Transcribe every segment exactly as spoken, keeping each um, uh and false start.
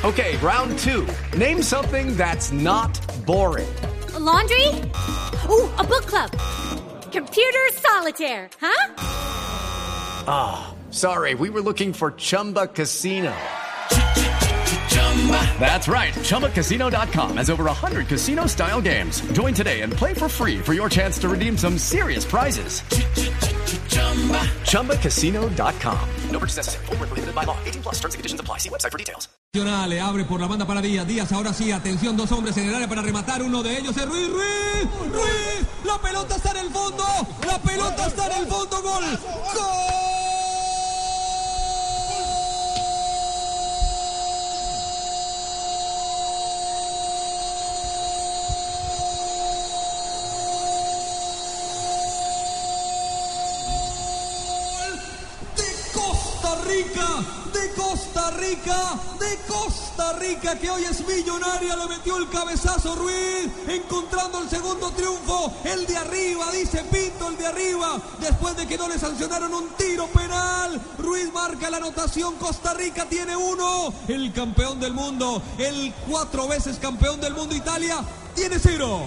Okay, round two. Name something that's not boring. A laundry? Ooh, a book club. Computer solitaire, huh? Ah, oh, sorry, we were looking for Chumba Casino. That's right, Chumba Casino dot com has over one hundred casino-style games. Join today and play for free for your chance to redeem some serious prizes. Chumba Casino dot com. No purchase necessary. Void where prohibited by law. eighteen plus terms and conditions apply. See website for details. Le abre por la banda para Díaz. Díaz, ahora sí, atención, dos hombres en el área para rematar. Uno de ellos es Ruiz. Ruiz, Ruiz. La pelota está en el fondo. La pelota está en el fondo. Gol. Gol. Rica, de Costa Rica, de Costa Rica, que hoy es millonaria, le metió el cabezazo Ruiz, encontrando el segundo triunfo, el de arriba, dice Pinto, el de arriba, después de que no le sancionaron un tiro penal, Ruiz marca la anotación, Costa Rica tiene uno, el campeón del mundo, el cuatro veces campeón del mundo Italia, tiene cero.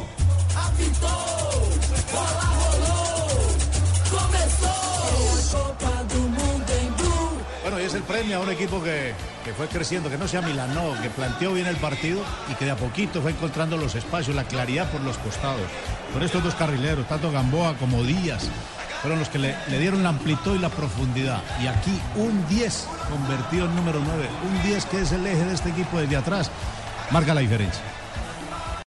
Bueno, y es el premio a un equipo que, que fue creciendo, que no se amilanó, que planteó bien el partido y que de a poquito fue encontrando los espacios, la claridad por los costados. Con estos dos carrileros, tanto Gamboa como Díaz, fueron los que le, le dieron la amplitud y la profundidad. Y aquí un diez convertido en número nueve, un diez que es el eje de este equipo desde atrás, marca la diferencia.